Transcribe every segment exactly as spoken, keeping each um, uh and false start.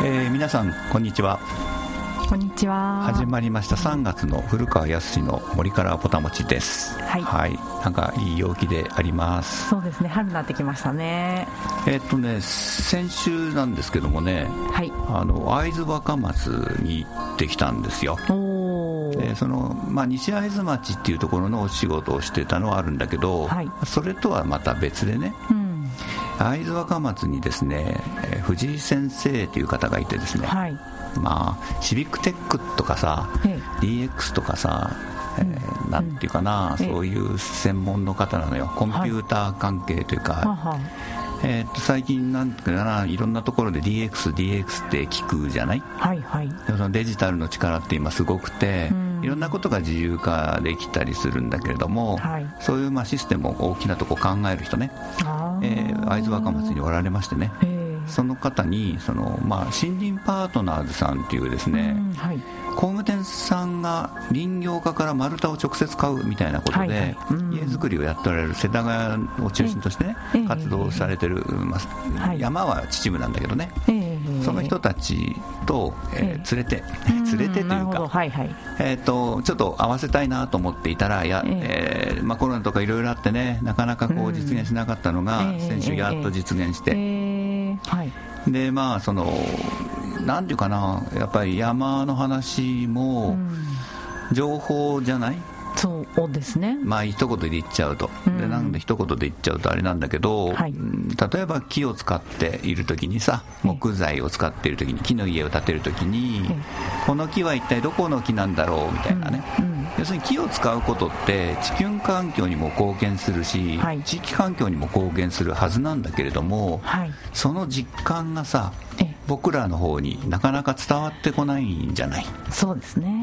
えー、皆さんこんにちは。 こんにちは。 始まりましたさんがつの古川康の森からぼたもちです。 はい、 はい、なんかいい陽気であります。 そうですね、春になってきましたね。 えー、っとね先週なんですけどもね、 はい、 あの会津若松に行ってきたんですよ。 おでその、まあ、西会津町っていうところのお仕事をしてたのはあるんだけど、はい、それとはまた別でね、うん、会津若松にですね、えー、藤井先生という方がいてですね、はい、まあ、シビックテックとかさ、ええ、ディーエックス とかさ、えー、なんていうかな、うん、そういう専門の方なのよ。コンピューター関係というか、はい、えー、と最近なんていうかな、いろんなところで ディーエックス、ディーエックス って聞くじゃない、はいはい、そのデジタルの力って今すごくて、うん、いろんなことが自由化できたりするんだけれども、はい、そういうまあシステムを大きなとこ考える人ね、えー、会津若松におられましてね、その方にその、まあ、森林パートナーズさんっていうですね、うん、はい、工務店さんが林業家から丸太を直接買うみたいなことで、はいはい、うん、家づくりをやっておられる世田谷を中心としてね、えー、活動されてる、まあ、はい、山は秩父なんだけどね、えー、その人たちと、えー、連れて、えー、連れてというか、はいはい、えー、とちょっと合わせたいなと思っていたらや、えーえーまあ、コロナとかいろいろあってね、なかなかこう実現しなかったのが、うん、先週やっと実現して、えーはい、でまあそのなんていうかな、やっぱり山の話も情報じゃない、 そうですね、 まあ一言で言っちゃうと、うん、でなんで一言で言っちゃうとあれなんだけど、はい、例えば木を使っているときにさ、木材を使っているときに、木の家を建てるときに、この木は一体どこの木なんだろうみたいなね、うんうん、要するに木を使うことって地球環境にも貢献するし、はい、地域環境にも貢献するはずなんだけれども、はい、その実感がさ、僕らの方になかなか伝わってこないんじゃない。 そうですね、うん、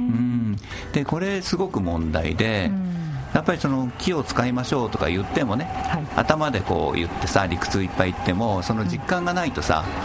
でこれすごく問題で、うん、やっぱりその木を使いましょうとか言ってもね、はい、頭でこう言ってさ、理屈いっぱい言ってもその実感がないとさ、うん、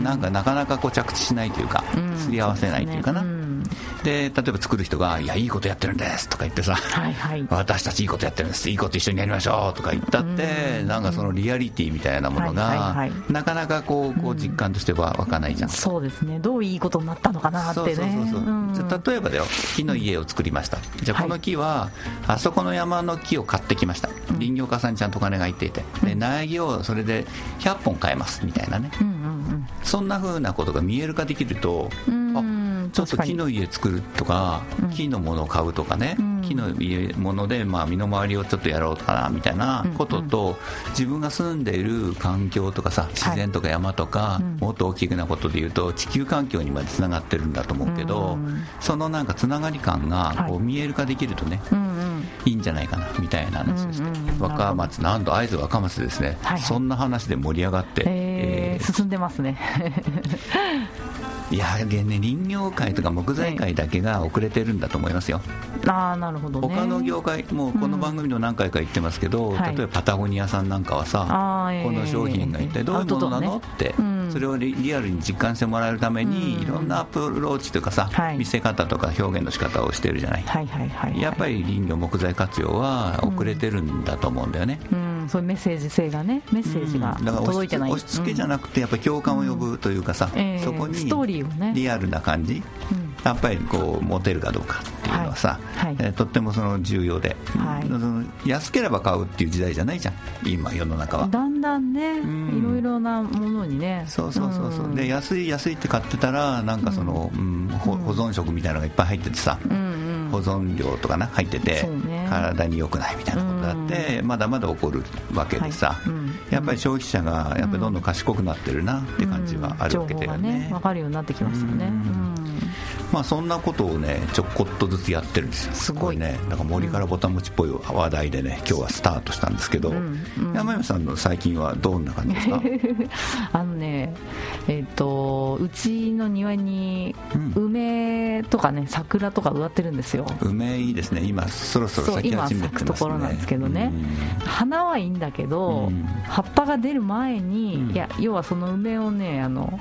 なんかなかなかこう着地しないというか、うん、すり合わせないというかな、うん、で例えば作る人がいやいいことやってるんですとか言ってさ、はいはい、私たちいいことやってるんです、いいこと一緒にやりましょうとか言ったって、うん、なんかそのリアリティみたいなものが、はいはいはい、なかなかこう、こう実感としては湧かないじゃん、うん、 そうですね、どういいことになったのかなってね。 そうそうそうそう、うん、じゃ例えばだよ、木の家を作りました、じゃあこの木は、はい、あそこの山の木を買ってきました、林業家さんにちゃんとお金が入っていて、で苗木をそれでひゃっぽん買えますみたいなね、うんうんうん、そんな風なことが見える化できると、うん、あちょっと木の家作るとか、うん、木のものを買うとかね、うん、木の家もので、まあ、身の回りをちょっとやろうかなみたいなことと、うんうん、自分が住んでいる環境とかさ、自然とか山とか、はい、もっと大きなことで言うと地球環境にまでつながってるんだと思うけど、うん、そのなんかつながり感がこう見える化できるとね、はい、うんうん、いいんじゃないかなみたいな話でした、うんうん、若松、なんと会津若松ですね、はいはい、そんな話で盛り上がって、 えーえー、進んでますねいやね、林業界とか木材界だけが遅れてるんだと思いますよ。 あ、なるほどね。 他の業界もこの番組でも何回か言ってますけど、うん、例えばパタゴニアさんなんかはさ、はい、この商品が一体どういうものなの、ね、って、うん、それを リ, リアルに実感してもらえるために、うん、いろんなアプローチというかさ、はい、見せ方とか表現の仕方をしてるじゃない、はいはいはいはい、やっぱり林業木材活用は遅れてるんだと思うんだよね、うんうん、そういうメッセージ性がね、メッセージが届いてない、 うん、だから押し付けじゃなくてやっぱり共感を呼ぶというかさ、うん、えー、そこにストーリーをね、 リアルな感じ、うん、やっぱりこう持てるかどうかっていうのはさ、はいはい、えー、とってもその重要で、はい、その安ければ買うっていう時代じゃないじゃん今世の中は。 だんだんね、うん、いろいろなものにね、 そうそうそうそう、うん、で安い安いって買ってたらなんかその、うんうん、保存食みたいなのがいっぱい入っててさ、うんうん、保存料とかな入ってて、ね、体に良くないみたいなことだって、うん、まだまだ起こるわけでさ、はい、うん、やっぱり消費者がやっぱりどんどん賢くなってるなって感じはあるわけだよね、うんうん、情報がね分かるようになってきましたね、うん、 まあ、そんなことをねちょこっとずつやってるんですよ。すごいね、なんか森からぼたもちっぽい話題でね今日はスタートしたんですけど、うんうん、山山さんの最近はどんな感じですか？ あのね、えー、とうちの庭に梅とかね、桜とか植わってるんですよ。 梅いいですね、今そろそろ咲き始めてますね。 今咲くところなんですけどね、うん、花はいいんだけど、うん、葉っぱが出る前に、うん、いや要はその梅をねあのち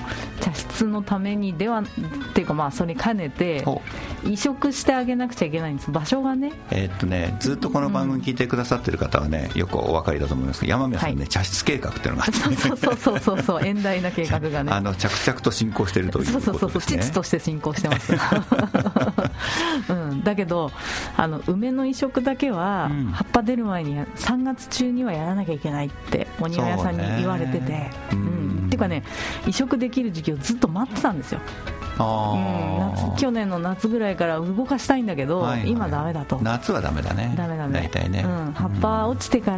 茶室のためにではっていうか、まあそれ兼ねて移植してあげなくちゃいけないんです、場所がね。 えーっとねずっとこの番組聞いてくださってる方はね、よくお分かりだと思いますけど、山宮さんね、はい、茶室計画っていうのがあって、ね、 そうそうそうそうそう遠大な計画がねあの着々と進行しているということですね。 そうそうそう父として進行してます、うん、だけどあの梅の移植だけは、うん、葉っぱ出る前にさんがつ中にはやらなきゃいけないってお庭屋さんに言われてて、う、うん、っていうかね移植できる時期をずっと待ってたんですよ。あ、うん、夏去年の夏ぐらいから動かしたいんだけど、はいはい、今ダメだと。 夏はダメだね。 ダメダメ大体ね、 うん、葉っぱ落ちてから、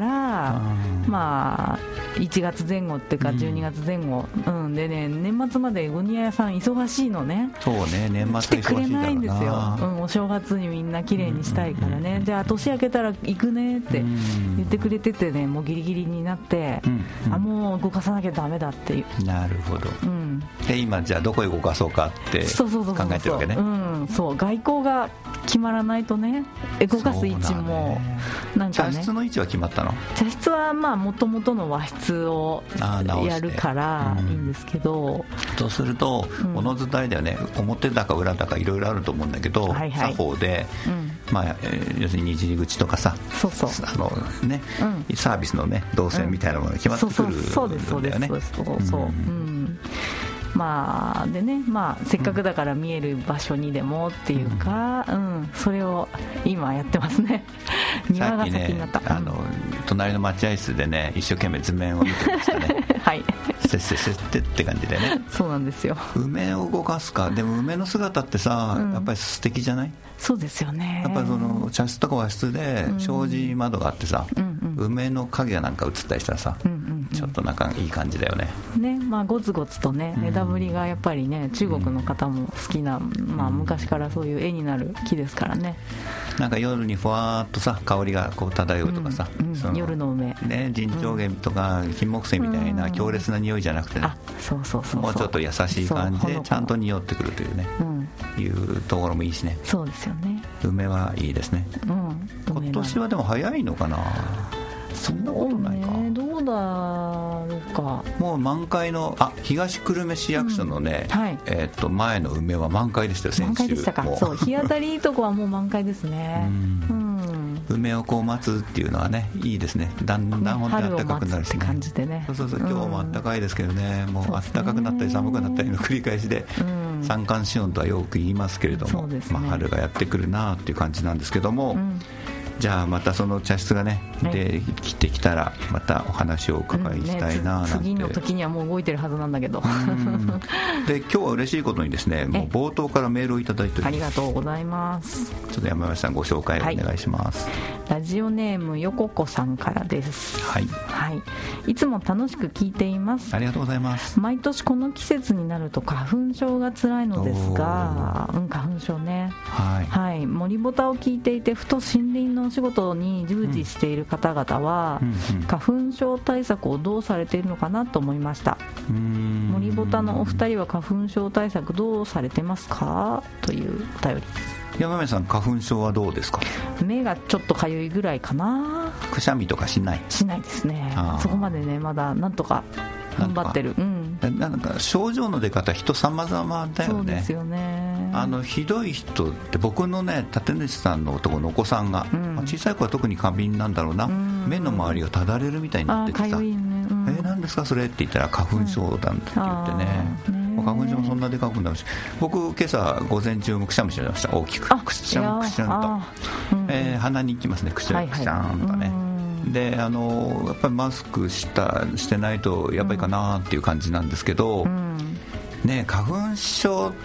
うん、まあいちがつぜん後っていうかじゅうにがつぜん後、うんうん、でね年末までお庭屋さん忙しいのね。 そうね、年末は忙しいだろうな。来てくれないんですよ、うん、お正月にみんな綺麗にしたいからね、うんうん、じゃあ年明けたら行くねって言ってくれててね、もうギリギリになって、うんうん、あもう動かさなきゃダメだっていう。 なるほど、うん、で今じゃあどこへ動かそうかって考えてるわけね。 そう外交が決まらないとね、動かす位置もなんかね。 茶室の位置は決まったの？ 茶室はまあ元々の和室をやるからいいんですけど、 うん、とすると、うん、おのずとあれだよね、表だか裏だかいろいろあると思うんだけど、はいはい、作法で、うんまあ、要するに虹口とかさ、 そうそうあの、ねうん、サービスの、ね、動線みたいなものが決まってくるんだよね。そうですそうですそうそう、うんまあでねまあ、せっかくだから見える場所にでもっていうか、うんうん、それを今やってますね。庭が先になった。さっきね、あの隣の待合室でね一生懸命図面を見てましたね。 はいせっせっせってって感じでね。 そうなんですよ。 梅を動かすか。でも梅の姿ってさ、うん、やっぱり素敵じゃない？ そうですよね。 やっぱりその茶室とか和室で障子窓があってさ、うんうんうん、梅の影がなんか映ったりしたらさ、うんうんうん、ちょっとなんかいい感じだよね。 ね、まあゴツゴツとね枝ぶりがやっぱりね、中国の方も好きな、まあ、昔からそういう絵になる木ですからね。 なんか夜にふわーっとさ香りがこう漂うとかさ、 うんうん、その夜の梅ね、人長毛とか金木犀みたいな強烈な匂いじゃなくてね、 あそうそうそうそう、 もうちょっと優しい感じでちゃんと匂ってくるというね、うん、いうところもいいしね。 そうですよね。 梅はいいですね、うん、今年はでも早いのかな。そんなことないか、 ね、どうだろうか。 もう満開のあ東久留米市役所のね、うんはいえー、っと前の梅は満開でしたよ。先週満開でしたか。そう日当たりいいとこはもう満開ですね。うん、うん梅をこう待つっていうのはねいいですね。だんだん本当に暖かくなるし、ね、 春を待つって感じでね。 そうそうそう、今日も暖かいですけどね、もう暖かくなったり寒くなったりの繰り返しで、うん、三寒四温とはよく言いますけれども、ねまあ、春がやってくるなっていう感じなんですけども、うんじゃあまたその茶室がねできてきたらまたお話をお伺いしたいななんて、うんね、 次の時にはもう動いてるはずなんだけどで今日は嬉しいことにですねもう冒頭からメールをいただいております。 ありがとうございます。 ちょっと山梨さんご紹介をお願いします、はい、 ラジオネームよここさんからです。 はい、 はい、いつも楽しく聞いています。 ありがとうございます。 毎年この季節になると花粉症が辛いのですが、うん、花粉症ね、はいはい、森ボタを聞いていてふと森林のお仕事に従事している方々は、うんうんうん、花粉症対策をどうされているのかなと思いました。うーん森ボタのお二人は花粉症対策どうされてますかというお便りです。 山目さん花粉症はどうですか？ 目がちょっとかゆいぐらいかな。 くしゃみとかしない？ しないですね。そこまでねまだなんとか頑張ってる。うん、 なんか症状の出方人様々だよね。 そうですよね。 あのひどい人って僕のね立主さんの男のお子さんが、うん、小さい子は特に過敏なんだろうな、うん、目の周りがただれるみたいになっててさ、ねうん、え何ですかそれって言ったら花粉症なんって言ってね、うん花粉症もそんなでかくなるし、僕今朝午前中もくしゃみしてました。大きくくしゃんくしゃんと、うんえー、鼻に行きますねくしゃんくしゃんとね、はいはいであのやっぱりマスクしたしてないとやっぱりかなっていう感じなんですけど、うん、ね花粉症って、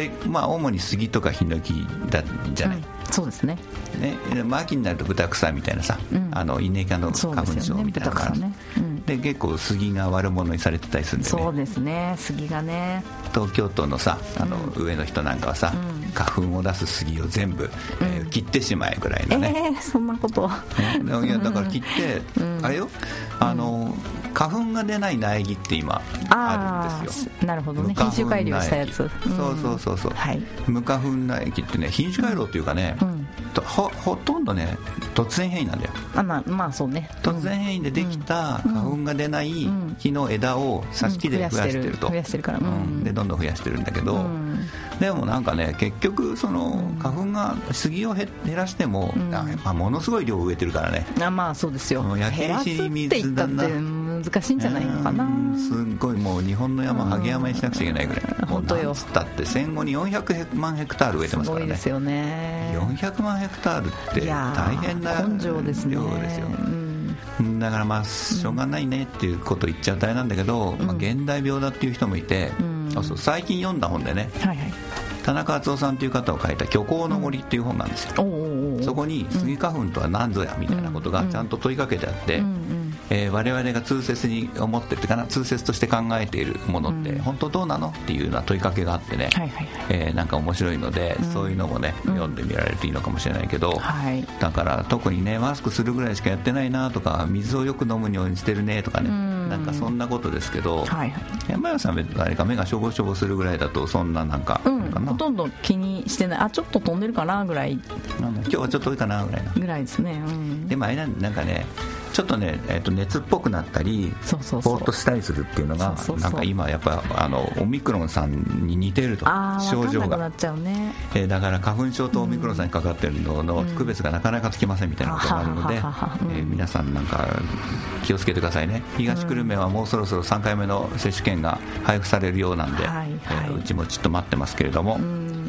まあ、主に杉とかヒノキだじゃない、うん、 そうですねね秋になると豚草みたいなさ、うん、あのイネ科の花粉症みたいなのがある、ねうん、で結構杉が悪者にされてたりするんでね。 そうですね杉がね東京都のさあの、うん、上の人なんかはさ、うん、花粉を出す杉を全部、うんえー、切ってしまえぐらいのね、 えー、そんなこと、 ね、いやだから切って、うん、あれよあの、うん、花粉が出ない苗木って今あるんですよ。 なるほどね品種改良したやつ、うん、 そうそうそうそう、はい、無花粉苗木ってね品種改良っていうかね、うん、 と ほ, ほとんどね突然変異なんだよ。 あ、まあ、まあそうね、 突然変異でできた花粉が出ない木の枝を挿し木で増やしてると、 増やしてるから、うん、 でどんどん増やしてるんだけど、うん、でもなんかね結局その花粉が杉を減らしても、うん、まあ、ものすごい量植えてるからね。 あ、まあそうですよ。 焼け石に水だな。 難しいんじゃないのかな。 すっごいもう日本の山ハゲ山にしなくちゃいけないぐらい。 本当よ。 だって戦後によんひゃくまんヘクタール植えてますからね。 すごいですよね。 よんひゃくまんヘクタールって大変な量ですよ。うん、だからまあしょうがないねっていうことを言っちゃうとあれなんだけど、うん、まあ、現代病だっていう人もいて、うん、そうそう最近読んだ本でね、はいはい、田中敦夫さんという方を書いた虚構の森っていう本なんですよ、うん、そこにスギ花粉とは何ぞやみたいなことがちゃんと問いかけてあって、うんうん、えー、我々が通説に思ってってかな通説として考えているものって本当どうなのっていうような問いかけがあってね、はいはいはい、えー、なんか面白いので、うん、そういうのもね、うん、読んでみられるといいのかもしれないけど、はい、だから特にねマスクするぐらいしかやってないなとか水をよく飲むようにしてるねとかね、うん、なんかそんなことですけど、はいはい、山谷さんあれか目がしょぼしょぼするぐらいだとそんななんか、うん、かな、 ほとんど気にしてない。あ、ちょっと飛んでるかなぐらい、 今日はちょっと多いかなぐらいなぐらいですね、うん、 でもあれなんかねちょっとね、えー、と熱っぽくなったりそうそうそうぼーっとしたりするっていうのがそうそうそうなんか今やっぱあのオミクロンさんに似てると症状が分かんなくなっちゃうね、 えー、だから花粉症とオミクロンさんにかかってるのの区別がなかなかつきませんみたいなことがあるので、えー、皆さんなんか気をつけてくださいね。東久留米はもうそろそろさんかいめの接種券が配布されるようなんで、はいはい、えー、うちもちょっと待ってますけれども、うん、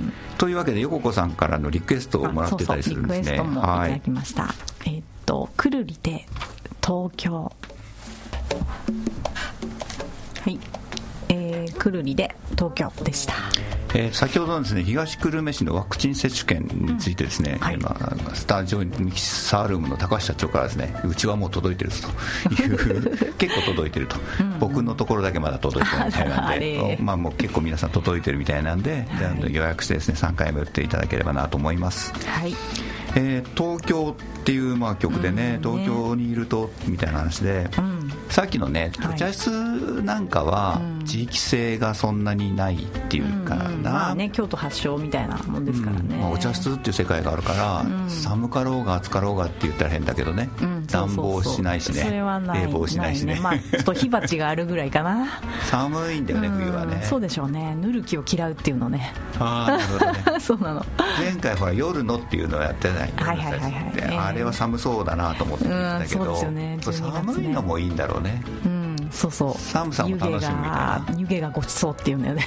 というわけで横子さんからのリクエストをもらってたりするんですね。 そうそうリクエストもいただきました、はい、えー、っとくるりで東京、はい、えー、くるりで東京でした。 えー、先ほどのですね東久留米市のワクチン接種券についてですね、うん、はい、今スタジオミキサールームの高橋社長からですねうちはもう届いてるという結構届いてると、うん、僕のところだけまだ届いてるみたいなんでまあもう結構皆さん届いてるみたいなんで、はい、予約してですねさんかいめ打っていただければなと思います。はい、えー、東京っていうまあ曲でね、うん、東京にいるとみたいな話で、うん、さっきのねお茶室なんかは地域性がそんなにないっていうかな、うんうん、 まあね、京都発祥みたいなもんですからね、うん、まあ、 お茶室っていう世界があるから、うん、寒かろうが暑かろうがって言ったら変だけどね、うん、暖房しないしね、 それはない、 冷房しないしね、 ないね、まあ、ちょっと火鉢があるぐらいかな寒いんだよね、冬はね、 うん、そうでしょうね、ぬる気を嫌うっていうのね、 ああなるほどねそうなの。 前回ほら夜のっていうのをやってないんで、はいはいはいはい、えー、あれは寒そうだなと思って見てたけど、うん、そうですよね、寒いのもいいんだろうね、うん、 そうそう、 寒さも楽しむみたいな、 湯気がごちそうっていうんだよね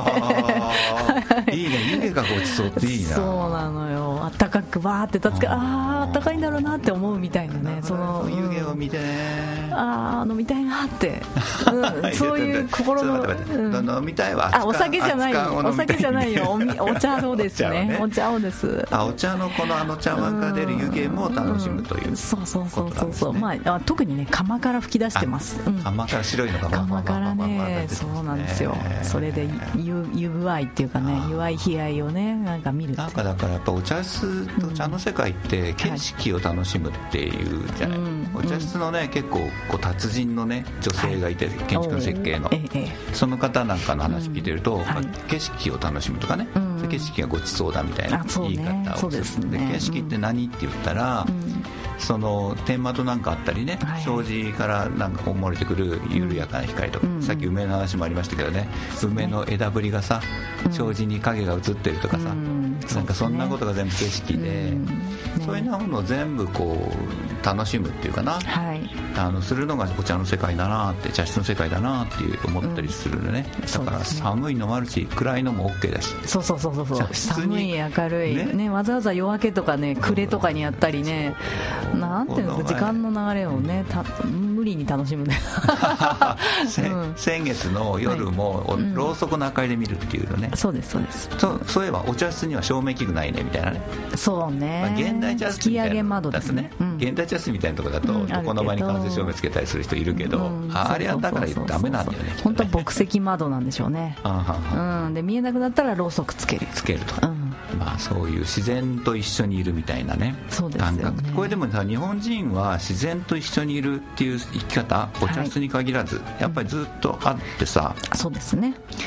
いいね、湯気がごちそうっていいな。 そうなのよ、あったかくバーって立つから、あああったかいんだろうなって思うみたいなね、その湯気を見てね、 ああ飲みたいなって、うん、そういう心の、 うん、飲みたいわ、 あお酒じゃないよ、お酒じゃないよ、お, お茶をですね、お茶をです、 あお茶のこのあの茶碗から出る湯気も楽しむという、うん、 そうそうそうそうそう、まあ特にね釜から吹き出してます、うん、 釜から白いのが釜からね、そうなんですよ、それで湯湯具合っていうかね、湯合い悲哀をねなんか見るって、 なんかだからやっぱお茶室と茶の世界って景色を楽しむっていうじゃない、はい、お茶室のね結構こう達人のね女性がいて、はい、建築の設計の、ええ、その方なんかの話聞いてると、うん、はい、景色を楽しむとかね、うん、景色がごちそうだみたいな言い方をする、そうね、で景色って何って言ったら、うん、その天窓なんかあったりね、はい、障子からなんかこう漏れてくる緩やかな光とか、うん、さっき梅の話もありましたけどね、うん、梅の枝ぶりがさ、障子に影が映ってるとかさ、うん、なんかそんなことが全部景色で、うんね、そういうものを全部こう楽しむっていうかな、はい、あのするのがお茶の世界だなって、茶室の世界だなっていう思ったりするのね、うん、だから寒いのもあるし暗いのも OK だし、 そうそうそうそうそう、寒い明るい、ねね、わざわざ夜明けとかね暮れとかにやったりね、なんていうんですか、時間の流れをねた無理に楽しむねうん、先月の夜も、はい、ろうそくの明かりで見るっていうのね、 うん、そうですそうです、 そ, そういえばお茶室には照明器具ないねみたいなね、 そうね、 まあ、現代茶室みたいな突き上げ窓ですね、うん、 現代茶室みたいなところだと、うん、この場に間接照明つけたりする人いるけど、うん、あれはだからダメなんだよね、 本当は牧石窓なんでしょうねうん、で見えなくなったらろうそくつけるつけると、うん、まあそういう自然と一緒にいるみたいなね、 そうですよね、 感覚、これでもさ日本人は自然と一緒にいるっていう生き方、お茶室に限らず、はい、やっぱりずっとあってさ、 そうですね、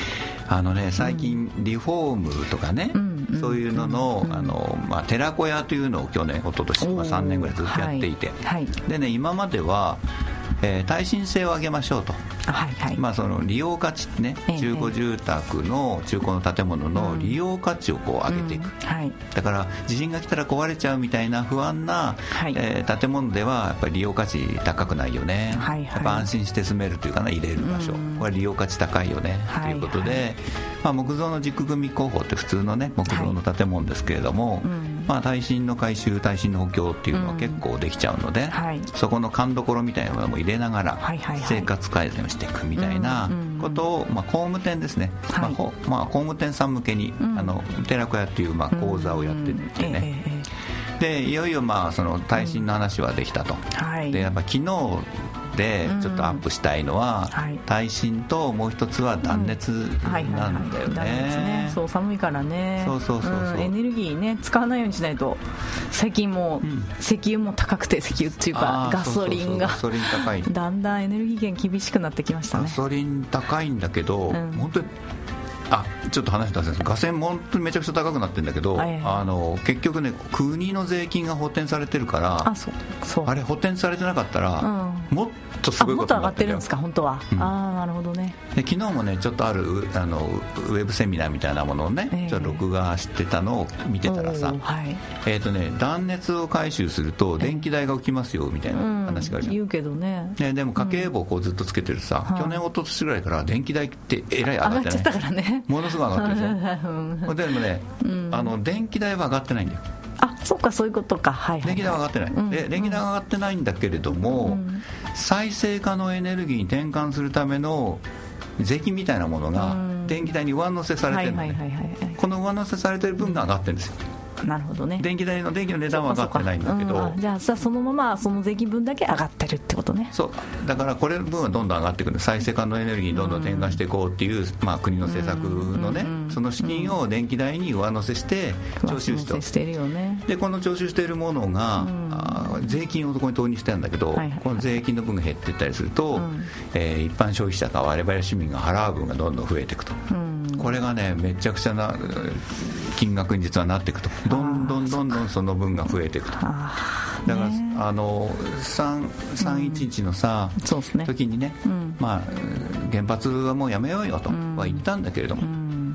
あのね、最近リフォームとかね、うん、そういうのの、うん、あのまあ、寺子屋というのを去年一昨年、まあ、さんねんぐらいずっとやっていて、はいはい、でね、今までは、えー、耐震性を上げましょうと、はいはい、まあ、その利用価値ってね、中古住宅の中古の建物の利用価値をこう上げていく、うんはい、だから地震が来たら壊れちゃうみたいな不安な、はい、えー、建物ではやっぱり利用価値高くないよね、はいはい、やっぱ安心して住めるというかな、入れる場所、うん、これ利用価値高いよね、はい、ということで、まあ、木造の軸組工法って普通のね木造の建物ですけれども、はい、まあ、耐震の改修、耐震の補強っていうのは結構できちゃうので、うんはい、そこの勘どころみたいなものも入れながら生活改善をしていくみたいなことを、まあ、工務店ですね、はい、まあまあ、工務店さん向けに、うん、あの寺子屋っていうまあ講座をやってってね、うんえー、でいよいよまあその耐震の話はできたと、うんはい、でやっぱ昨日でちょっとアップしたいのは、うんはい、耐震ともう一つは断熱なんだよね。 そう、寒いからね。 そうそうそうそう、 うん、エネルギーね使わないようにしないと。最近もう、うん、石油も高くて、石油っていうかガソリンがそうそうそう、ガソリン高い。 だんだんエネルギー源厳しくなってきましたね。 ガソリン高いんだけど、うん、本当にあちょっと話出せないです。ガソリンも本当にめちゃくちゃ高くなってるんだけど、はいはい、あの結局ね、国の税金が補填されてるから、あ、そうそう、あれ補填されてなかったら、うん、もっとすごいことになってるよ。 もっと上がってるんですか、本当は、うん、ああなるほどね。 で昨日もねちょっとあるあのウェブセミナーみたいなものをね、えー、ちょっと録画してたのを見てたらさ、はいえーとね、断熱を回収すると電気代が浮きますよみたいな話があるじゃん、うん、言うけどね。 で, でも家計簿をこうずっとつけてるさ、うん、去年一昨年ぐらいから電気代ってえらい上がってね、 上がっちゃったからね、 ものすごい上がってるでしょでもね、うん、あの電気代は上がってないんだよ。 あ、そうか、そういうことか、はいはいはい、 電気代は上がってない、うん、で電気代は上がってないんだけれども、うん、再生可能エネルギーに転換するための税金みたいなものが電気代に上乗せされてるのね。この上乗せされてる分が上がってるんですよ。 なるほどね。 電気代の電気の値段は上がってないんだけど、 うん、じゃあさそのままその税金分だけ上がってるってことね。 そうだからこれ分はどんどん上がっていくる。再生可能エネルギーにどんどん転換していこうっていう、まあ、国の政策のね、その資金を電気代に上乗せして徴収して、 してるよね。 でこの徴収しているものが、あ税金をそこに投入してるんだけど、はいはいはい、この税金の分が減っていったりすると、うんえー、一般消費者か我々市民が払う分がどんどん増えていくと、うん、これがねめちゃくちゃな金額に実はなっていくと、どんどんどんどんその分が増えていくと。だから、ね、あのさんいちいちのさ、うんそうですね、時にね、うんまあ、原発はもうやめようよとは言ったんだけれども、うん、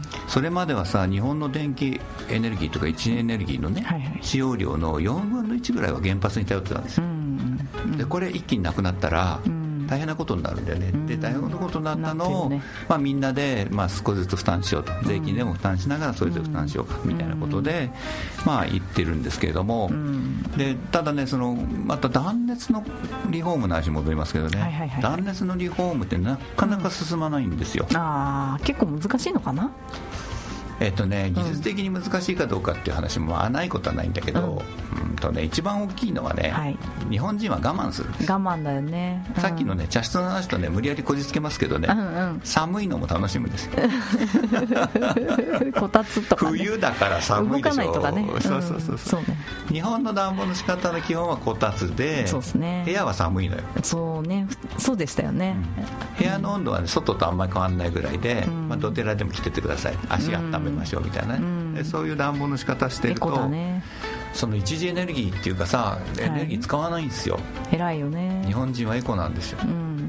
それまではさ日本の電気エネルギーとか位置エネルギーのね、はいはい、使用量のよんぶんのいちぐらいは原発に頼ってたんですよ、うんうん、でこれ一気になくなったら、うん大変なことになるんだよね、うん、で大変なことになったのを、ねまあ、みんなで、まあ、少しずつ負担しようと、税金でも負担しながらそれぞれ負担しようかみたいなことで、うんまあ、言ってるんですけれども、うん、でただねそのまた断熱のリフォームの話に戻りますけどね、はいはいはい、断熱のリフォームってなかなか進まないんですよ、 うん、あ結構難しいのかな。 えっとね、技術的に難しいかどうかっていう話もまあないことはないんだけど、うんうんとね、一番大きいのはね、はい、日本人は我慢するんです。 我慢だよね、 うん、さっきのね茶室の話とね無理やりこじつけますけどね、うんうん、寒いのも楽しむんですよこたつとか、ね、 冬だから寒いでしょ、動かないとかね、 うん、そうそうそうそう、ね、 日本の暖房の仕方の基本はこたつで、そうですね、部屋は寒いのよ。 そうね、そうでしたよね、 うん、部屋の温度は、ね、外とあんまり変わらないぐらいで、うんまあ、どてらでも着ててください、足温めましょうみたいな、ねうんうん、そういう暖房の仕方してると、ね、その一次エネルギーっていうかさエネルギー使わないんですよ、はい、 偉いよね。 日本人はエコなんですよ、うん、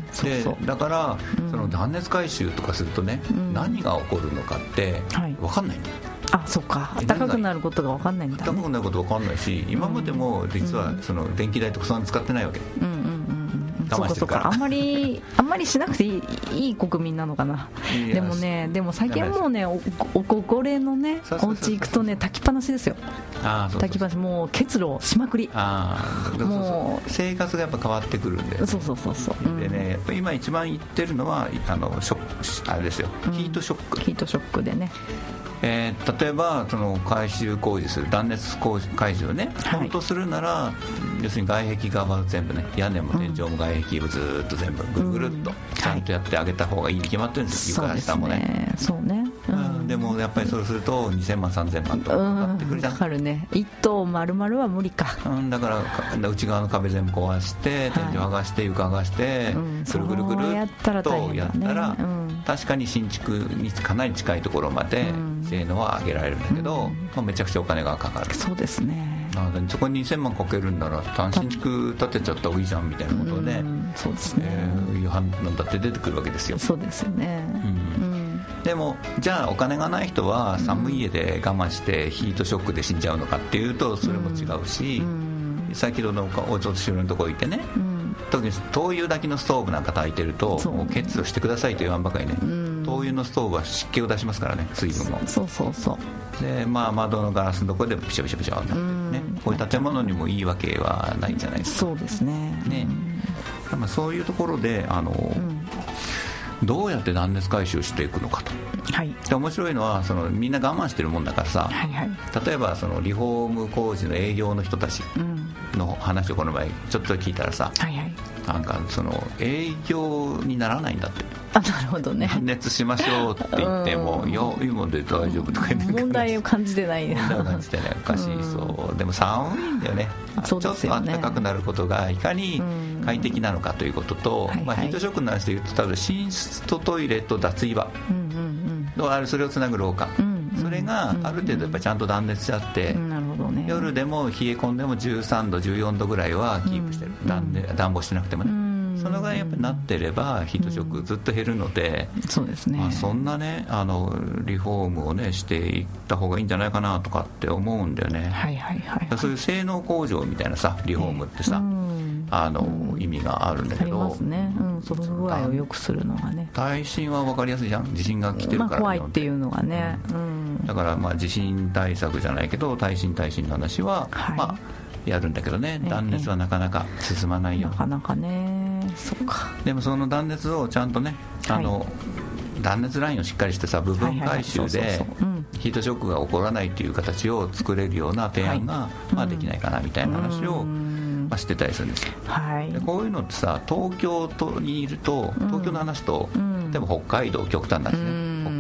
でそうそうだから、うん、その断熱改修とかするとね、うん、何が起こるのかって分かんないんだよ、 はい、あそっか、暖かくなることが分かんないんだね。 暖かくなること分かんないし、今までも実はその電気代とかそんなに使ってないわけ、うんうんうん、我慢してるから。 そうかそうか、あんまりあんまりしなくていい、いい国民なのかな。でもね、でも最近もうね、おご高齢のねお家行くとね炊きっぱなしですよ。あそうそうそう、炊きっぱなし、もう結露しまくり。あもう生活がやっぱ変わってくるんで、 そうそうそうそう、 でね、やっぱ今一番言ってるのはあのショックあれですよ、うん、ヒートショック。 ヒートショックでね、 えー、例えばその改修工事する断熱工事改修をね、はい、本当するなら要するに外壁側全部ね、屋根も天井も外壁をずっと全部ぐるぐるっとちゃんとやってあげた方がいいに決まってるんですよ、うん、床下もね。 そうね、うん、 でもやっぱりそうするとにせんまんさんぜんまんとかかかってくるじゃん。 かかるね。いっ棟丸々は無理か、 うん、だから内側の壁全部壊して天井剥がして床剥がして、くるぐるぐるっとやったら、確かに新築にかなり近いところまで性能は上げられるんだけど、まあ、めちゃくちゃお金がかかる。 そうですね。 そこににせんまんかけるんなら単新築建てちゃった方がいいじゃんみたいなことで、 そうですね、 えー、いう判断だって出てくるわけですよ。 そうですよね、うん、 でもじゃあお金がない人は寒い家で我慢してヒートショックで死んじゃうのかっていうとそれも違うし、先ほどのお年寄りのところ行ってね、特に灯油炊きのストーブなんか炊いてるともう決意をしてくださいと言わんばかりね、灯油のストーブは湿気を出しますからね、水分を。そうそうそうで、まあ、窓のガラスのところでピシャピシャピシャってね、こういう建物にもいいわけはないんじゃないですか。 そうですね。 ね、まあ、そういうところであの、うんどうやって断熱改修していくのかと、はい、で面白いのはそのみんな我慢してるもんだからさ、はいはい、例えばそのリフォーム工事の営業の人たちの話をこの前ちょっと聞いたらさ、はいはい、なんかその営業にならないんだって。 あ、なるほどね。 断熱しましょうって言ってもいやいいもんで大丈夫とか言って問題を感じてない問題を感じてないおかしい、そうでも寒いんだよね。そうですよね。ちょっと暖かくなることがいかに快適なのかということと、はいはい、まあ、ヒートショックの話で言うと多分寝室とトイレと脱衣場、うんうんうん、それをつなぐ廊下、うんうん、それがある程度やっぱりちゃんと断熱しちゃって、うんうん、なるほどね、夜でも冷え込んでもじゅうさんどじゅうよんどぐらいはキープしてる、うんうん、暖, 暖房してなくてもね、うん、そのぐらいやっぱりなってればヒートショックずっと減るので、 うん、そうですね、 まあ、そんなねあのリフォームをねしていった方がいいんじゃないかなとかって思うんだよね、はいはいはいはい、そういう性能向上みたいなさリフォームってさ、えーうんあのうん、意味があるんだけど、ありますね、うん、その具合を良くするのがね、 耐震は分かりやすいじゃん、地震が来てるから、 まあ、怖いっていうのがね、うん、 だからまあ地震対策じゃないけど耐震耐震の話は、はい、まあやるんだけどね、断熱はなかなか進まないよ、 なかなかね、そうか。 でもその断熱をちゃんとねあの、はい、断熱ラインをしっかりしてさ部分回収でヒートショックが起こらないという形を作れるような提案が、はい、まあ、できないかなみたいな話を、まあ、してたりするんですよ、はい、でこういうのってさ東京にいると東京の話と、うん、でも北海道極端なんですね、うん、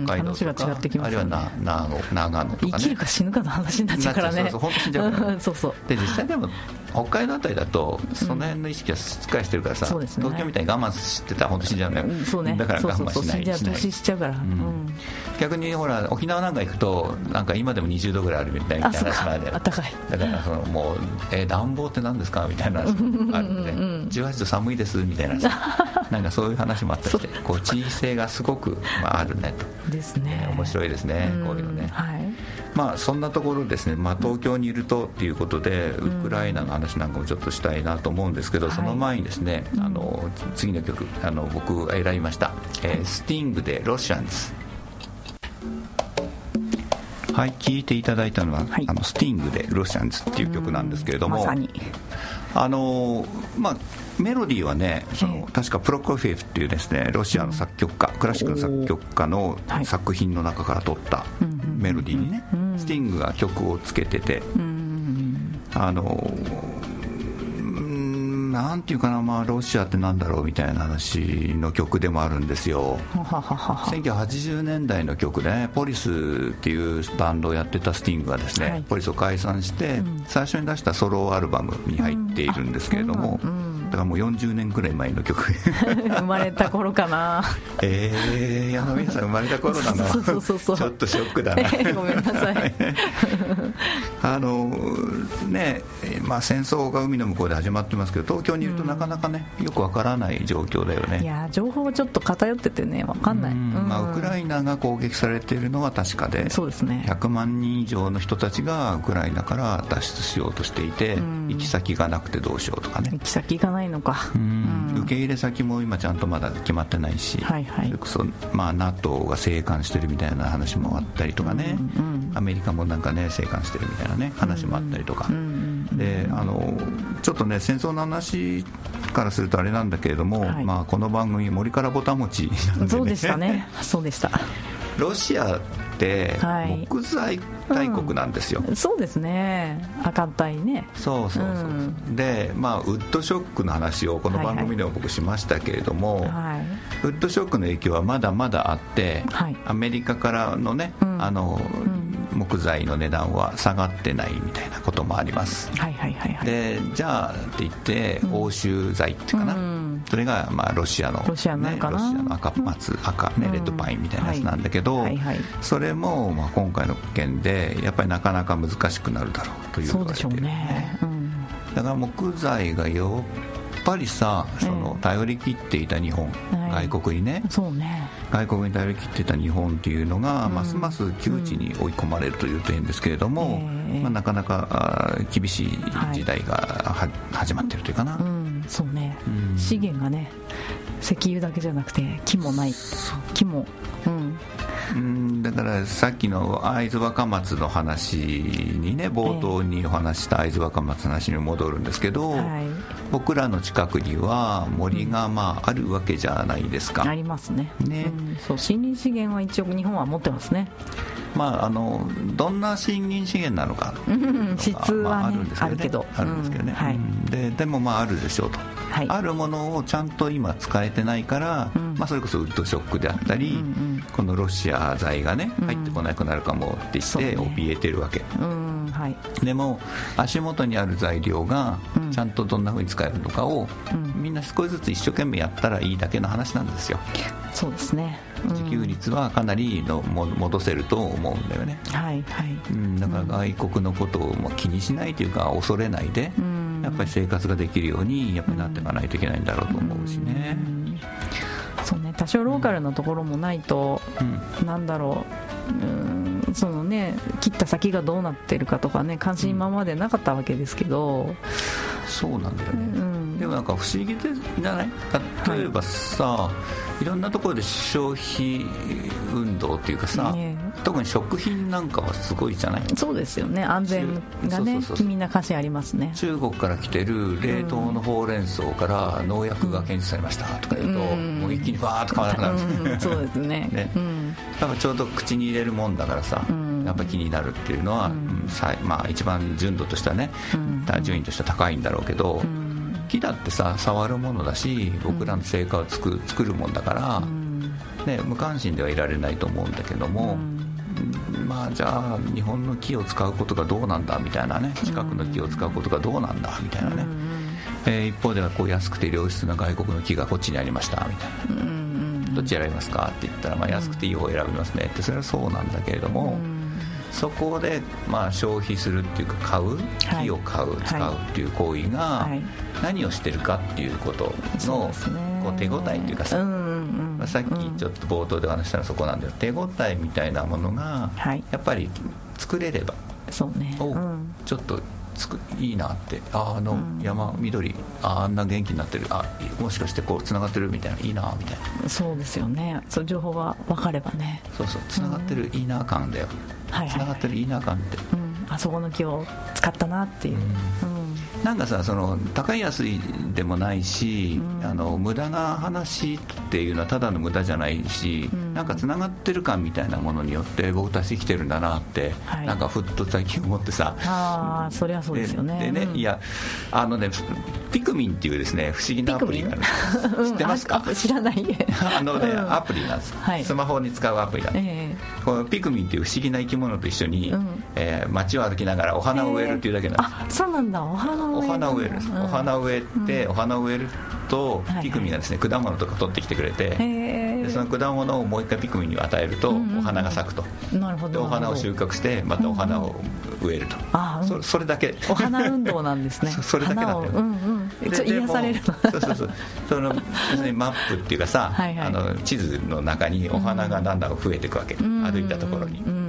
北海道とか、ね、あるいはな長野、長野とかね、 生きるか死ぬかの話になっちゃうからね、 そうそう本当死んじゃうからそうそうで実際でも北海道あたりだとその辺の意識はしっかりしてるからさ、うん、東京みたいに我慢してたら本当死んじゃうんだよ、うん、そうね、だから我慢しない、そうそうそう死んじゃう、 投資しちゃうから、うんうん、 逆にほら沖縄なんか行くとなんか今でもにじゅうどぐらいあるみたいな話がある、 あったかい、 だからそのもう、えー、暖房って何ですかみたいな話があるんで、うんうんうん、じゅうはちど寒いですみたいななんかそういう話もあったりしてこう地域性がすごく、まあ、あるねとですね、面白いですね、こういうのね、はい、まあそんなところですね、まあ、東京にいるとっていうことでウクライナの話なんかもちょっとしたいなと思うんですけど、うん、その前にですね、はい、あの次の曲あの僕が選びました、えー、スティングでロシアンズ。はい、聴いていただいたのは、はい、あのスティングでロシアンズっていう曲なんですけれども、まさにあのまあメロディーはねその確かプロコフィエフっていうですねロシアの作曲家、クラシックの作曲家の作品の中から取ったメロディーにね、スティングが曲をつけてて、あのなんていうかな、まあ、ロシアってなんだろうみたいな話の曲でもあるんですよ。せんきゅうひゃくはちじゅうねんだいの曲で、ね、ポリスっていうバンドをやってたスティングがですね、はい、ポリスを解散して、うん、最初に出したソロアルバムに入っているんですけれども、うんうん、だからもうよんじゅうねんくらい前の曲生まれた頃かなえー、矢野皆さん生まれた頃なのそうそうそうそうちょっとショックだなごめんなさいあのねまあ、戦争が海の向こうで始まってますけど東京にいるとなかなかね、うん、よくわからない状況だよね。 いや情報ちょっと偏っててねわかんない、うんまあ、ウクライナが攻撃されているのは確かで、そうですね、ひゃくまんにん以上の人たちがウクライナから脱出しようとしていて、うん、行き先がなくてどうしようとかね、 行き先がないのか、 うんうん、受け入れ先も今ちゃんとまだ決まってないし、はいはい、それこそ、まあ、ナトー が静観してるみたいな話もあったりとかね、うんうん、アメリカもなんかね静観してるみたいなね話もあったりとか、うんうん、であのちょっとね戦争の話からするとあれなんだけれども、はいまあ、この番組森からぼたもちなんで、ね、 そうでしたねそうでしたロシアって木材大国なんですよ、 はいうん、そうですね赤帯ねそうそうそう、うん、で、まあ、ウッドショックの話をこの番組でも僕しましたけれども、はいはい、ウッドショックの影響はまだまだあって、はい、アメリカからのね、うんあの、うん、木材の値段は下がってないみたいなこともあります。 はいはいはいはい、 でじゃあって言って欧州材っていうかな、うん、それがまあロシアの、ね、 ロシアなんかな、 ロシアの赤松、うん、赤、ね、レッドパインみたいなやつなんだけど、 はいはいはい、 それもまあ今回の件でやっぱりなかなか難しくなるだろうという言われている、ね、 そうでしょうね、うん、 だから木材がよやっぱりさ、その頼り切っていた日本、えー、外国に ね, そうね外国に頼り切っていた日本っていうのが、うん、ますます窮地に追い込まれるというと変ですけれども、うんまあ、なかなか厳しい時代が、はい、始まっているというかな、 うん、そうね、うん、資源がね石油だけじゃなくて木もない木も、うんうん、だからさっきの会津若松の話にね、冒頭にお話した会津若松の話に戻るんですけど、はい、僕らの近くには森がまああるわけじゃないですか、 うん、ありますね、 ね、 うん、そう森林資源は一応日本は持ってますね。 まあ、あのどんな森林資源なのか、 うん、質は、ねまあ、あるけどあるんですけどね、うんはい、で, でもまああるでしょうと、はい、あるものをちゃんと今使えてないから、うんまあ、それこそウッドショックであったり、うんうん、このロシア材がね入ってこなくなるかもって言って怯えてるわけ、 うんうんはい、 でも足元にある材料がちゃんとどんな風に使えるのかを、うん、みんな少しずつ一生懸命やったらいいだけの話なんですよ。 そうですね、うん、 自給率はかなりのも戻せると思うんだよね、 はいはいうん、だから外国のことをも気にしないというか恐れないで、うん、やっぱり生活ができるようにやっぱりなっていかないといけないんだろうと思うしね、うん、 そうね、多少ローカルなところもないと、うん、なんだろう、うん、そのね切った先がどうなってるかとかね関心今までなかったわけですけど、うん、 そうなんだよね、うん、でもなんか不思議じゃない？例えばさ、はい、いろんなところで消費運動っていうかさ、ね、特に食品なんかはすごいじゃない？そうですよね、安全がねそうそうそうみんな関心ありますね。中国から来てる冷凍のほうれん草から農薬が検出されましたとか言うと、うん、もう一気にバーッと買わなくなるんですね、うん、そうですねね、うん、だからちょうど口に入れるもんだからさ、うん、やっぱ気になるっていうのは、うんまあ、一番純度としてはね、うん、順位としては高いんだろうけど、うん木だってさ触るものだし僕らの成果をつく、うん、作るもんだから、うんね、無関心ではいられないと思うんだけども、うん、まあじゃあ日本の木を使うことがどうなんだみたいなね近くの木を使うことがどうなんだみたいなね、うんえー、一方ではこう安くて良質な外国の木がこっちにありましたみたいな、うん、どっち選びますかって言ったら、まあ、安くていい方を選びますねってそれはそうなんだけれども、うんそこでまあ消費するっていうか買う木を買う、はい、使うっていう行為が何をしてるかっていうことのこう手応えっていうかさ、うんうんまあ、さっきちょっと冒頭でお話したのはそこなんだよ。手応えみたいなものがやっぱり作れれば、 そうね、 おちょっとつくいいなってああの山、うん、緑 あ, あんな元気になってるあもしかしてこうつながってるみたいないいなみたいなそうですよねそう情報が分かればねそうそうつながってるいいな感だよ、うん、はいはいはい、つながってるいいな感って、うん、あそこの木を使ったなっていう、うんうん、なんかさその高い安いでもないし、うん、あの無駄な話っていうのはただの無駄じゃないし、うん、なんかつながってる感みたいなものによって僕たち生きてるんだなって、はい、なんかふっと最近思ってさああそりゃそうですよねで, でね、うん、いやあのねピクミンっていうですね不思議なアプリがあるんです知ってますか、うん、知らないあのね、うん、アプリなんです、はい、スマホに使うアプリなんです、えー、このピクミンっていう不思議な生き物と一緒に、うんえー、街を歩きながらお花を植えるっていうだけなんです、えー、あそうなんだお花を植えるお花を植えるんです、うん、お花を植えて、うん、お花を植えるとピクミンがですね、はいはい、果物とか取ってきてくれて、えー、でその果物をもう一回ピクミンに与えると、うんうん、お花が咲くとなるほどでお花を収穫してまたお花を植えると、うんうんあ そ, それだけお花運動なんですね そ, それだけなんだよ、うんうん、ちょ癒されるそうそうそうその要するにマップっていうかさはい、はい、あの地図の中にお花がだんだん増えていくわけ、うん、歩いたところに、うんうん、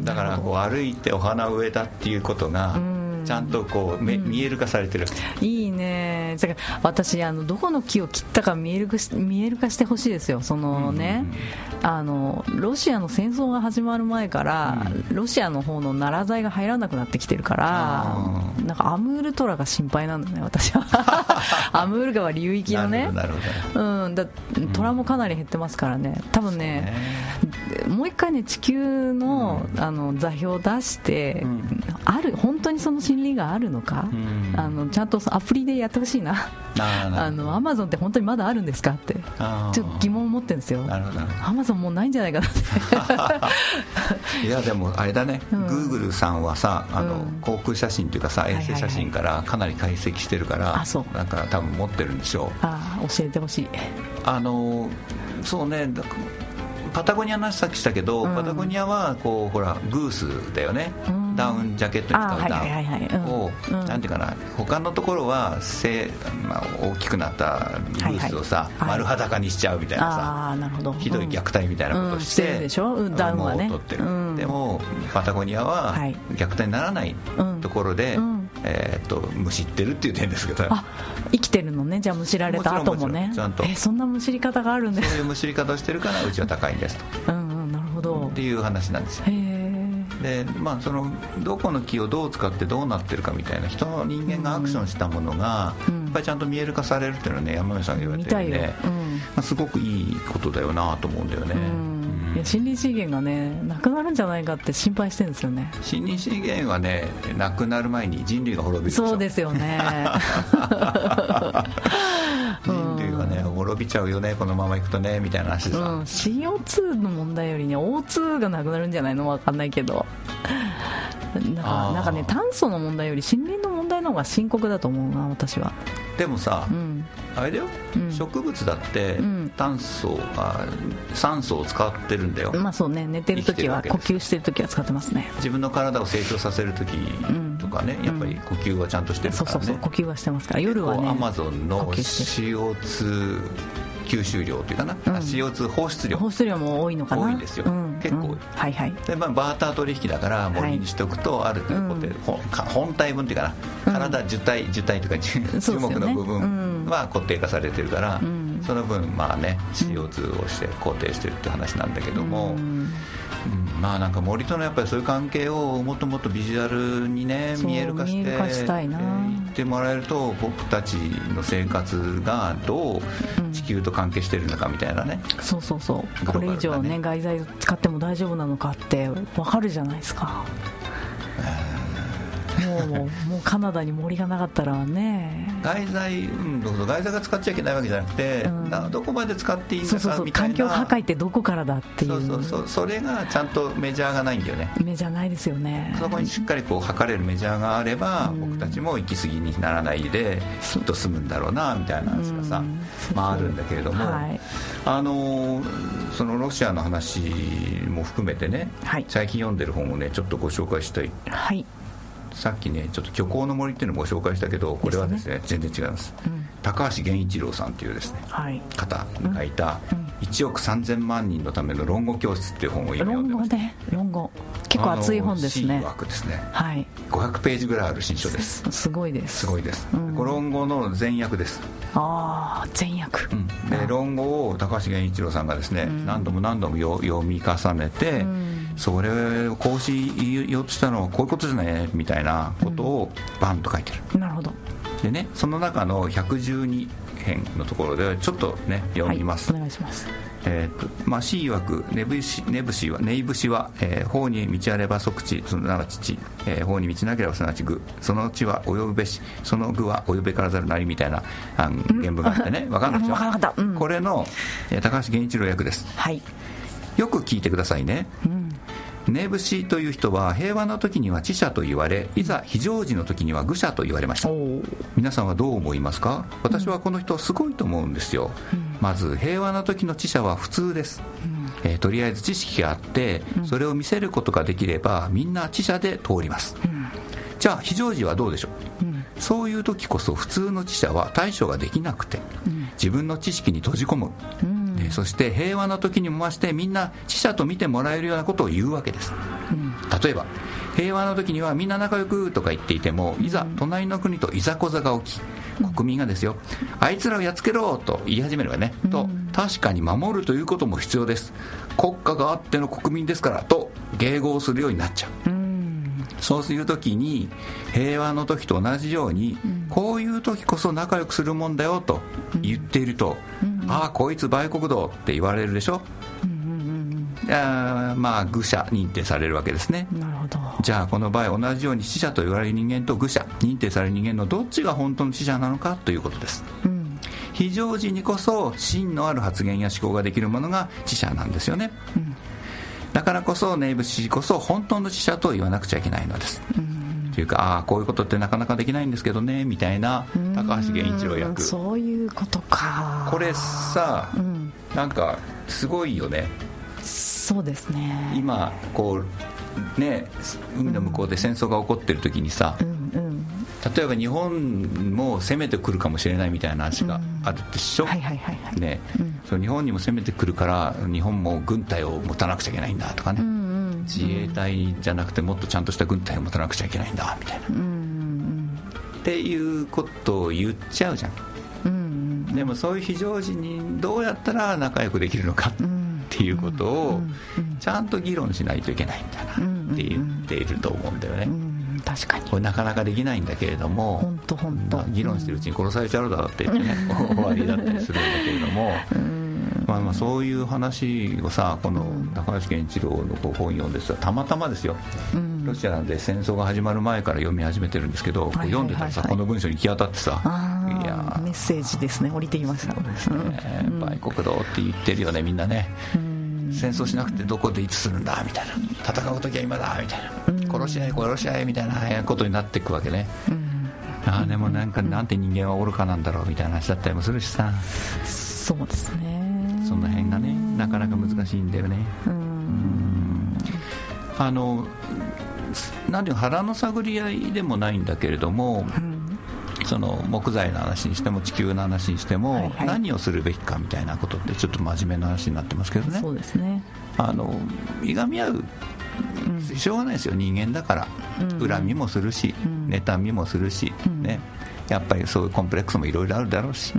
だからこう歩いてお花を植えたっていうことが、うんちゃんとこう、うん、見える化されてるいいねだから私あのどこの木を切ったか見える化し、見える化してほしいですよそのね、うん、あのロシアの戦争が始まる前から、うん、ロシアの方のナラ材が入らなくなってきてるからなんかアムールトラが心配なんだね私はアムール川流域のねなるほど、うん、だトラもかなり減ってますからね多分ねもう一回ね地球 の,、うん、あの座標を出して、うん、ある本当にその森林があるのか、うん、あのちゃんとアプリでやってほしいな。あのアマゾンって本当にまだあるんですかってちょっと疑問を持ってるんですよ。アマゾンもうないんじゃないかなっていやでもあれだね、グーグルさんはさ、あの、うん、航空写真というかさ、衛星写真からかなり解析してるから、はいはいはい、なんか多分持ってるんでしょう。 あ、教えてほしい。 あのそうね、パタゴニアの話さっきしたけど、うん、パタゴニアはこうほらグースだよね、うん、ダウンジャケットに使うダウンを、なんていうかな、他のところはせ、まあ、大きくなったグースをさ、はいはい、丸裸にしちゃうみたいなさ、 あ、なるほど、 ひどい虐待みたいなことをして、うんうん、してるでしょ、ダウンはね、もう取ってる、うん、でもパタゴニアは虐待にならないところで、うんうん、えー、っとむしってるっていう点ですけど、 あ、生きてるのね、じゃあむしられた後もね、 ちゃんと、 え、そんなむしり方があるんです。 そういうむしり方をしてるからうちは高いんですとうん、うん、なるほどっていう話なんですよ。へで、まあ、そのどこの木をどう使ってどうなってるかみたいな、人の人間がアクションしたものが、うん、やっぱりちゃんと見える化されるっていうのはね、山上さんが言われてるんで、うん、まあ、すごくいいことだよなと思うんだよね、うん、 いや森林資源がねなくなるんじゃないかって心配してるんですよね。 森林資源はねなくなる前に人類が滅びるでしょ。 そうですよね人類がね滅びちゃうよね、このままいくとねみたいな話でさ、 うん、シーオーツー の問題よりね オーツー がなくなるんじゃないの、分かんないけど、なんか、なんかね、炭素の問題より森林の問題の方が深刻だと思うな、私は。 でもさ、うん、あれだよ、うん、植物だって炭素、あ、酸素を使ってるんだよ。 まあそうね、寝てるときは、呼吸してるときは使ってますね。 自分の体を成長させるときとかね、うん、やっぱり呼吸はちゃんとしてるからね、 そうそうそう、呼吸はしてますから。夜はね、 アマゾンの シーオーツー 吸収量というかな、うん、シーオーツー 放出量放出量も多いのかな、 多いんですよ、うん、結構多い、うん、 はいはい。 で、まあ、バーター取引だから森にしておくとある程度固定、はい、本体分っていうかな、体受体受体というか樹木の部分は固定化されてるから、うん、その分まあね シーオーツー をして固定してるって話なんだけども、うんうん、まあなんか森とのやっぱりそういう関係をもっともっとビジュアルにね見える化して見える化したいな、 言ってもらえると僕たちの生活がどう地球と関係してるのかみたいなね、 うん、そうそうそう、これ以上ね外材使っても大丈夫なのかって分かるじゃないですか。もう、もうカナダに森がなかったらね、 外材、うん、どうぞ外材が使っちゃいけないわけじゃなくて、うん、どこまで使っていいんだかみたいな、そうそうそう、 環境破壊ってどこからだっていう、 そうそうそう、それがちゃんとメジャーがないんだよね。 メジャーないですよね。 そこにしっかりこう測れるメジャーがあれば、うん、僕たちも行き過ぎにならないできっと済むんだろうなみたいな話がさ、うん、まああるんだけれども、はい、あのそのロシアの話も含めてね、はい、最近読んでる本をねちょっとご紹介したい。はい、さっきねちょっと虚構の森っていうのもご紹介したけど、これはですね、ですね全然違います、うん、高橋源一郎さんというですね、はい、方が書いたいちおくさんぜんまんにんのための論語教室っていう本を今読んでます。論語ね、論語結構厚い本ですね。 C 枠ですね、はい、ごひゃくページぐらいある新書です。 すごいです、 すごいです、うん、論語の前訳です。 ああ、前訳、うん、 で論語を高橋源一郎さんがですね、うん、何度も何度も読み重ねて、うん、それをこうしようとしたのはこういうことじゃないみたいなことをバンと書いてる、うん、なるほど。でね、その中のひゃくじゅうにへんのところでちょっとね読みます、 はい、お願いします。 えーとまあ、C 曰く根節は根節は、えー、法に道あれば即地、すなわち地、えー、法に道なければすなわち具、その地は及ぶべし、その具は及べからざるなりみたいな原文があってね、分かんないでしょ、うん、これの、えー、高橋源一郎訳です、はい、よく聞いてくださいね、うん、根節という人は平和の時には知者と言われ、いざ非常時の時には愚者と言われました。皆さんはどう思いますか？私はこの人すごいと思うんですよ、うん、まず平和の時の知者は普通です、うん、えー、とりあえず知識があってそれを見せることができればみんな知者で通ります、うん、じゃあ非常時はどうでしょう、うん、そういう時こそ普通の知者は対処ができなくて、うん、自分の知識に閉じ込む、うん、えー、そして平和の時にも増してみんな知者と見てもらえるようなことを言うわけです、うん、例えば平和の時にはみんな仲良くとか言っていても、いざ隣の国といざこざが起き、国民がですよ、あいつらをやっつけろと言い始めればね、うん、と確かに守るということも必要です、国家があっての国民ですからと迎合するようになっちゃう、うん、そういう時に平和の時と同じように、うん、こういう時こそ仲良くするもんだよと言っていると、うん、ああこいつ売国道って言われるでしょ、うんうんうん、 あまあ愚者認定されるわけですね。 なるほど。 じゃあこの場合同じように死者と言われる人間と愚者認定される人間のどっちが本当の死者なのかということです、うん、非常時にこそ真のある発言や思考ができるものが知者なんですよね、うん、だからこそネイブシこそ本当の知者と言わなくちゃいけないのです、うん、というかああこういうことってなかなかできないんですけどねみたいな高橋源一郎役。 そういうことか。 これさ、うん、なんかすごいよね。 そうですね。 今こうね海の向こうで戦争が起こってる時にさ、うんうん、例えば日本も攻めてくるかもしれないみたいな話があるでしょ。日本にも攻めてくるから日本も軍隊を持たなくちゃいけないんだとかね、うんうん、自衛隊じゃなくてもっとちゃんとした軍隊を持たなくちゃいけないんだみたいな、うんうん、っていうことを言っちゃうじゃん、うんうん、でもそういう非常時にどうやったら仲良くできるのか、うんっていうことをちゃんと議論しないといけないんだなって言っていると思うんだよね、うんうんうん、確かにこれなかなかできないんだけれども本当本当、まあ、 議論してるうちに殺されちゃうだろうって言ってね、うん、終わりだったりするんだけれども、うんまあ、まあそういう話をさこの高橋源一郎の本読んでさたまたまですよ、うん、ロシアで戦争が始まる前から読み始めてるんですけど、はいはいはいはい、読んでたらさこの文章に行き当たってさいやメッセージですね降りてきました。 そうですね、うん、売国道って言ってるよねみんなね、うん戦争しなくてどこでいつするんだみたいな戦う時は今だみたいな、うん、殺し合い殺し合いみたいなことになっていくわけね、うん、あでもなんかなんて人間は愚かなんだろうみたいな話だったりもするしさ、 そうですねその辺がねなかなか難しいんだよね、うん、うんあのなんていう腹の探り合いでもないんだけれども、うんその木材の話にしても地球の話にしても、はいはい、何をするべきかみたいなことってちょっと真面目な話になってますけどね。 そうですね。 あのいがみ合う、うん、しょうがないですよ人間だから、うん、恨みもするし、うん、妬みもするし、うんね、やっぱりそういうコンプレックスもいろいろあるだろうし、うん、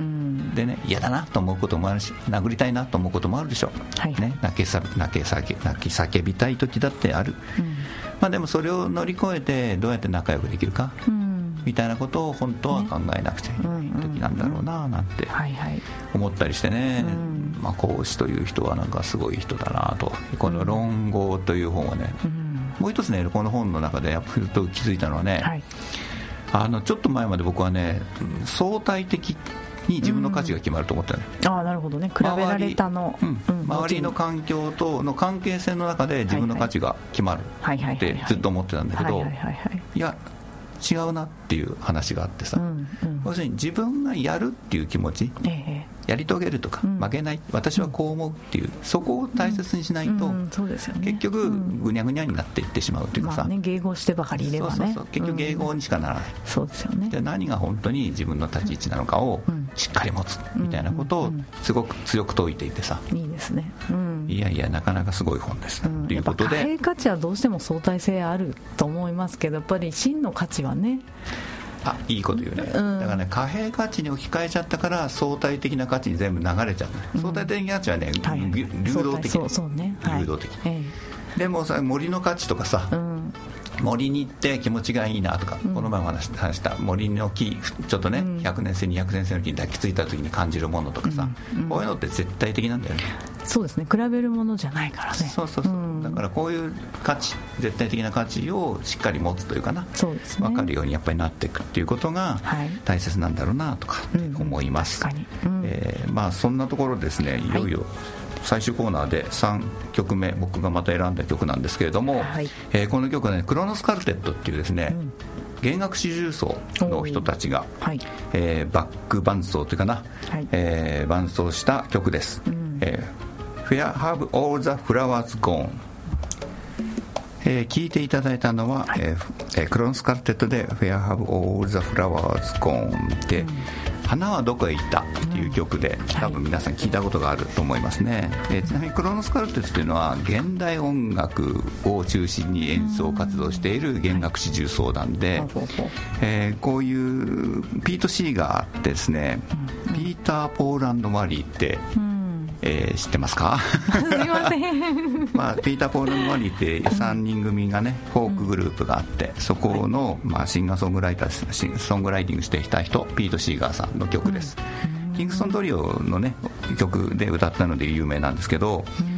でね嫌だなと思うこともあるし殴りたいなと思うこともあるでしょう、はいね、泣きさ泣き叫泣き叫びたい時だってある、うんまあ、でもそれを乗り越えてどうやって仲良くできるか、うんみたいなことを本当は考えなくちゃいけない時なんだろうななんて思ったりしてね、まあ、孔子という人はなんかすごい人だなと。この論語という本はね、もう一つねこの本の中でやっぱり気づいたのはね、はい、あのちょっと前まで僕はね相対的に自分の価値が決まると思ったね、 うん、ああなるほどね比べられたの、 うんうん、周りの環境との関係性の中で自分の価値が決まるってずっと思ってたんだけどいや違うなっていう話があってさ、うんうん、要するに自分がやるっていう気持ち、ええ、やり遂げるとか、うん、負けない私はこう思うっていう、うん、そこを大切にしないと、うんうんそうですよね、結局ぐにゃぐにゃになっていってしまうっていうかさ、 まあね、迎合してばかりいればねそうそうそう結局迎合にしかならない、うん、そうですよね。で何が本当に自分の立ち位置なのかをしっかり持つみたいなことをすごく強く説いていてさ、 いいですね、うん、 いやいやなかなかすごい本ですね、うん、ということで貨幣価値はどうしても相対性あると思いますけどやっぱり真の価値はねあいいこと言うね、うん、だからね貨幣価値に置き換えちゃったから相対的な価値に全部流れちゃう、うん、相対的な価値はね、はい、流動的そうそう、ね、 流動的、 はい、 でもさ森の価値とかさ、うん森に行って気持ちがいいなとか、うん、この前も話した森の木ちょっとね、うん、ひゃくねん生にひゃくねん生の木に抱きついた時に感じるものとかさ、うんうん、こういうのって絶対的なんだよね。 そうですね比べるものじゃないからね。 そうそうそう、うん、だからこういう価値絶対的な価値をしっかり持つというかなそうです、ね、分かるようにやっぱりなっていくっていうことが大切なんだろうなとか思います、はいうん、確かに、うんえー、まあそんなところですねいよいよ、はい最終コーナーでさんきょくめ僕がまた選んだ曲なんですけれども、はいえー、この曲はねクロノスカルテットっていうですね、うん、弦楽四重奏の人たちが、はいえー、バック伴奏というかな、はいえー、伴奏した曲です、うんえー、Where have all the flowers gone、えー、聴いていただいたのは、はいえー、クロノスカルテットで Where have all the flowers gone で、うん花はどこへ行ったっていう曲で、うん、多分皆さん聞いたことがあると思いますね、はいえー、ちなみにクロノスカルテットというのは現代音楽を中心に演奏活動している弦楽四重奏団で、はいえー、こういうピート・シーガーあってですね、うん、ピーター・ポール&マリーって、うんえー、知ってますかすいません、 まあ、ピーター・ポール・マリーってさんにん組がねフォークグループがあってそこの、まあ、シンガーソングライターですねソングライティングしてきた人ピート・シーガーさんの曲です、うん、キングソントリオのね曲で歌ったので有名なんですけど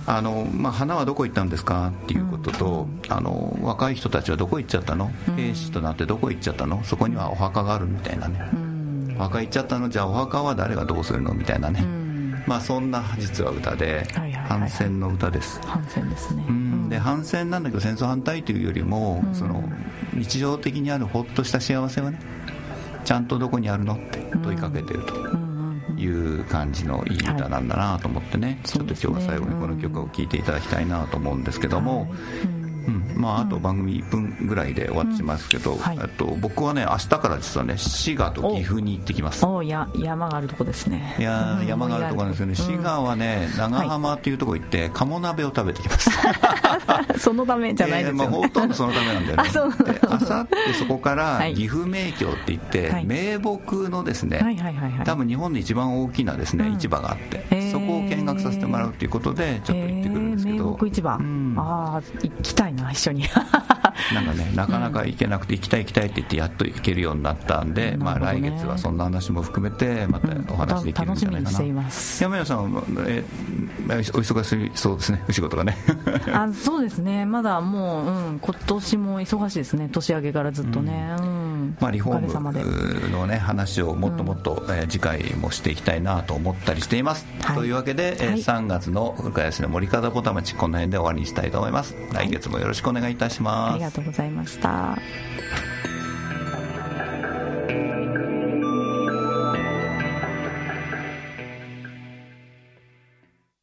あのまあ、花はどこ行ったんですかっていうことと、うん、あの若い人たちはどこ行っちゃったの、うん、兵士となってどこ行っちゃったの、そこにはお墓があるみたいなね、うん、お墓行っちゃったの、じゃあお墓は誰がどうするのみたいなね、うん、まあ、そんな実は歌で、はいはいはいはい、反戦の歌です。 反戦ですね、 うん、で反戦なんだけど戦争反対というよりも、うん、その日常的にあるほっとした幸せはね、ちゃんとどこにあるのって問いかけてると、うんいう感じのいい歌なんだなと思ってね、はい、ちょっと今日は最後にこの曲を聴いていただきたいなと思うんですけども、はいうん、まあ、あと番組いっぷんぐらいで終わってしまいますけど、うんはい、と僕はね明日から実はね滋賀と岐阜に行ってきます。 おおや山があるとこですね。 いや、うん、山があるとこなんですよね。滋賀はね長浜っていうとこ行って鴨鍋を食べてきます、 はい、そのためじゃないですよね、 えーまあ、ほとんどそのためなんだよね。あさってそこから岐阜名橋って言って、はい、名木のですね、はいはいはいはい、多分日本で一番大きなですね、うん、市場があって、えー、そこを見学させてもらうということでちょっと行ってくるんですけど、えー、名木市場、うん、ああ行きたいな一緒になんかね、なかなか行けなくて行きたい行きたいって言ってやっと行けるようになったんで、うんまあ、来月はそんな話も含めてまたお話できるんじゃないかな、うん、楽しみにしています。山谷さんえお忙しいそうですね、お仕事がねあそうですね、まだもう、うん、今年も忙しいですね、年明けからずっとね、うんうんまあ、リフォームの、ね、話をもっともっと、うんえー、次回もしていきたいなと思ったりしています、はい、というわけで、えーはい、さんがつの深谷市の森方ぼた町この辺で終わりにしたいと思います。来月もよろしくお願いいたします。 ありがとうございました。